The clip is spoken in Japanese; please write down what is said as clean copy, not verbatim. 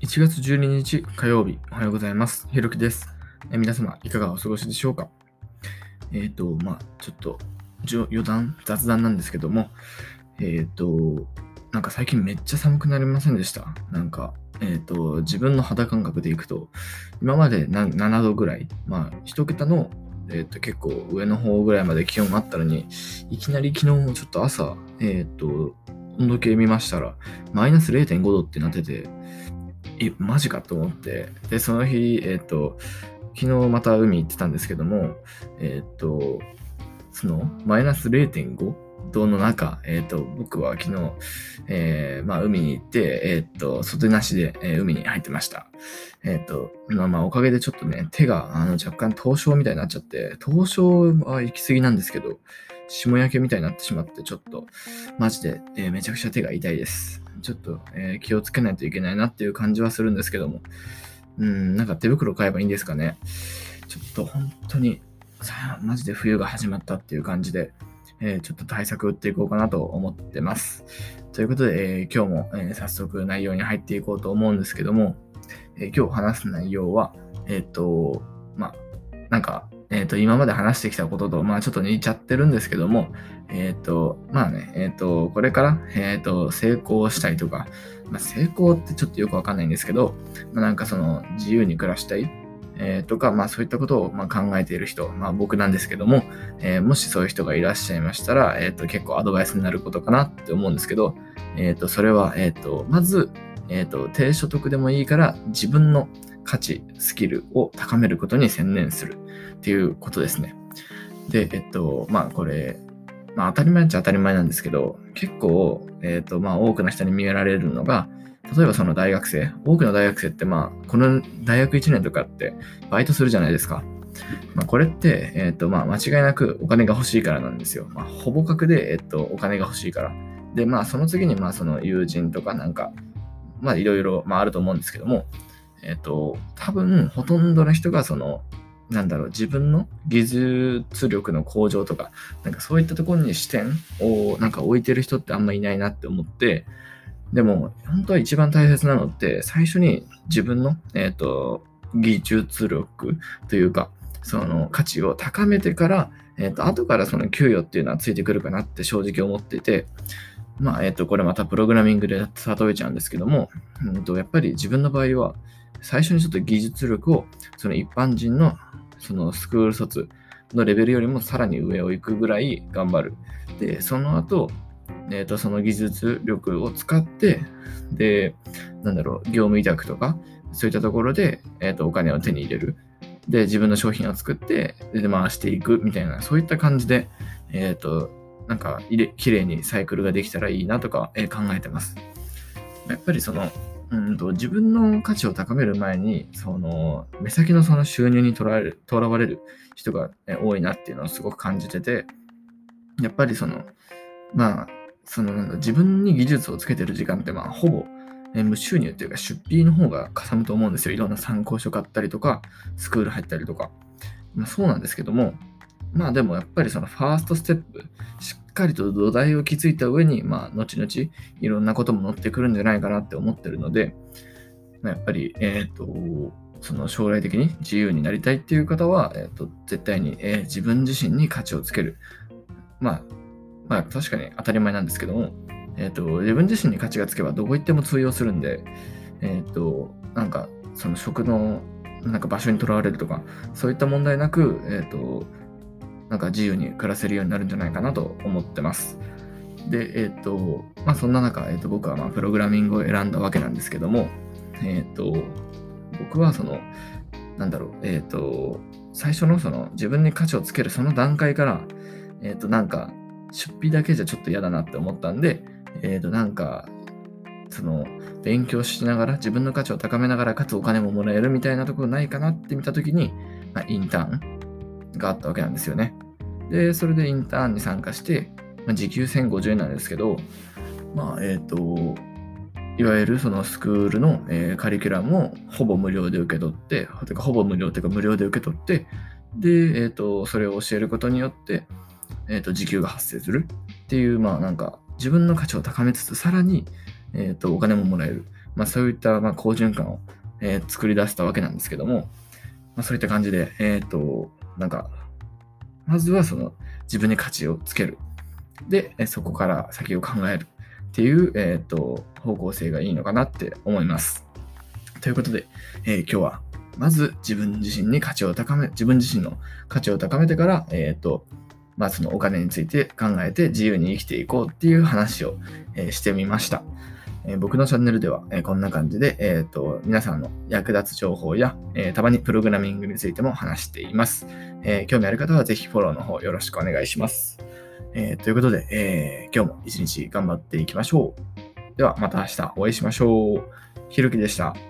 1月12日火曜日、おはようございます。ひろきです。皆様、いかがお過ごしでしょうか。ちょっと雑談なんですけども、なんか最近めっちゃ寒くなりませんでした。なんか、自分の肌感覚でいくと、今まで7度ぐらい、1桁の、結構上の方ぐらいまで気温あったのに、いきなり昨日ちょっと朝、温度計見ましたら、マイナス 0.5 度ってなってて、マジかと思って、で、その日、昨日また海行ってたんですけども、そのマイナス 0.5 度の中、僕は昨日、海に行って、袖なしで、海に入ってました。おかげでちょっとね、手が若干凍傷みたいになっちゃって、凍傷は行き過ぎなんですけど、霜焼けみたいになってしまって、ちょっと、マジで、めちゃくちゃ手が痛いです。ちょっと、気をつけないといけないなっていう感じはするんですけども、なんか手袋買えばいいんですかね。ちょっと本当に、マジで冬が始まったっていう感じで、ちょっと対策打っていこうかなと思ってます。ということで、今日も、早速内容に入っていこうと思うんですけども、今日話す内容は、今まで話してきたことと、ちょっと似ちゃってるんですけども、これから、成功したいとか、成功ってちょっとよくわかんないんですけど、自由に暮らしたい、とか、そういったことを考えている人、僕なんですけども、もしそういう人がいらっしゃいましたら、結構アドバイスになることかなって思うんですけど、それは、まず、低所得でもいいから自分の価値、スキルを高めることに専念するっていうことですね。で、これ、当たり前っちゃ当たり前なんですけど、結構、多くの人に見られるのが、例えばその大学生、多くの大学生って、この大学1年とかってバイトするじゃないですか。これって、間違いなくお金が欲しいからなんですよ。ほぼ確で、お金が欲しいから。で、その次に、その友人とかいろいろ、あると思うんですけども、多分、ほとんどの人が自分の技術力の向上とか、そういったところに視点を置いてる人ってあんまいないなって思って、でも、本当は一番大切なのって、最初に自分の、技術力というか、その価値を高めてから、後からその給与っていうのはついてくるかなって正直思っていて、これまたプログラミングで例えちゃうんですけども、やっぱり自分の場合は、最初にちょっと技術力を、その一般人のそのスクール卒のレベルよりもさらに上を行くぐらい頑張る。で、その後、その技術力を使って、で、業務委託とか、そういったところで、お金を手に入れる。で、自分の商品を作って、で、回していくみたいな、そういった感じで、綺麗にサイクルができたらいいなとか、考えてます。やっぱり自分の価値を高める前に、目先のその収入にとらわれる人が多いなっていうのをすごく感じてて、やっぱり自分に技術をつけてる時間ってほぼ無収入というか出費の方がかさむと思うんですよ。いろんな参考書買ったりとか、スクール入ったりとか。そうなんですけども、でもやっぱりそのファーストステップ、しっかりと土台を築いた上に、後々いろんなことも乗ってくるんじゃないかなって思ってるので、やっぱり、その将来的に自由になりたいっていう方は、絶対に、自分自身に価値をつける。確かに当たり前なんですけども、自分自身に価値がつけばどこ行っても通用するんで、その職の場所にとらわれるとか、そういった問題なく、自由に暮らせるようになるんじゃないかなと思ってます。で、そんな中、僕はプログラミングを選んだわけなんですけども、僕は最初の自分に価値をつけるその段階から、出費だけじゃちょっと嫌だなって思ったんで、勉強しながら自分の価値を高めながらかつお金ももらえるみたいなところないかなって見たときに、インターンがあったわけなんですよね。で、それでインターンに参加して、時給1050円なんですけど、いわゆるそのスクールの、カリキュラムをほぼ無料で受け取って、ほぼ無料というか無料で受け取って、で、それを教えることによって、時給が発生するっていう、自分の価値を高めつつ、さらに、お金ももらえる。 そういった好循環を、作り出したわけなんですけども、そういった感じで、まずは自分に価値をつける。で、そこから先を考えるっていう、方向性がいいのかなって思います。ということで、今日はまず自分自身の価値を高めてから、そのお金について考えて自由に生きていこうっていう話を、してみました。僕のチャンネルでは、こんな感じで、皆さんの役立つ情報や、たまにプログラミングについても話しています。興味ある方はぜひフォローの方よろしくお願いします。ということで、今日も一日頑張っていきましょう。ではまた明日お会いしましょう。ひろきでした。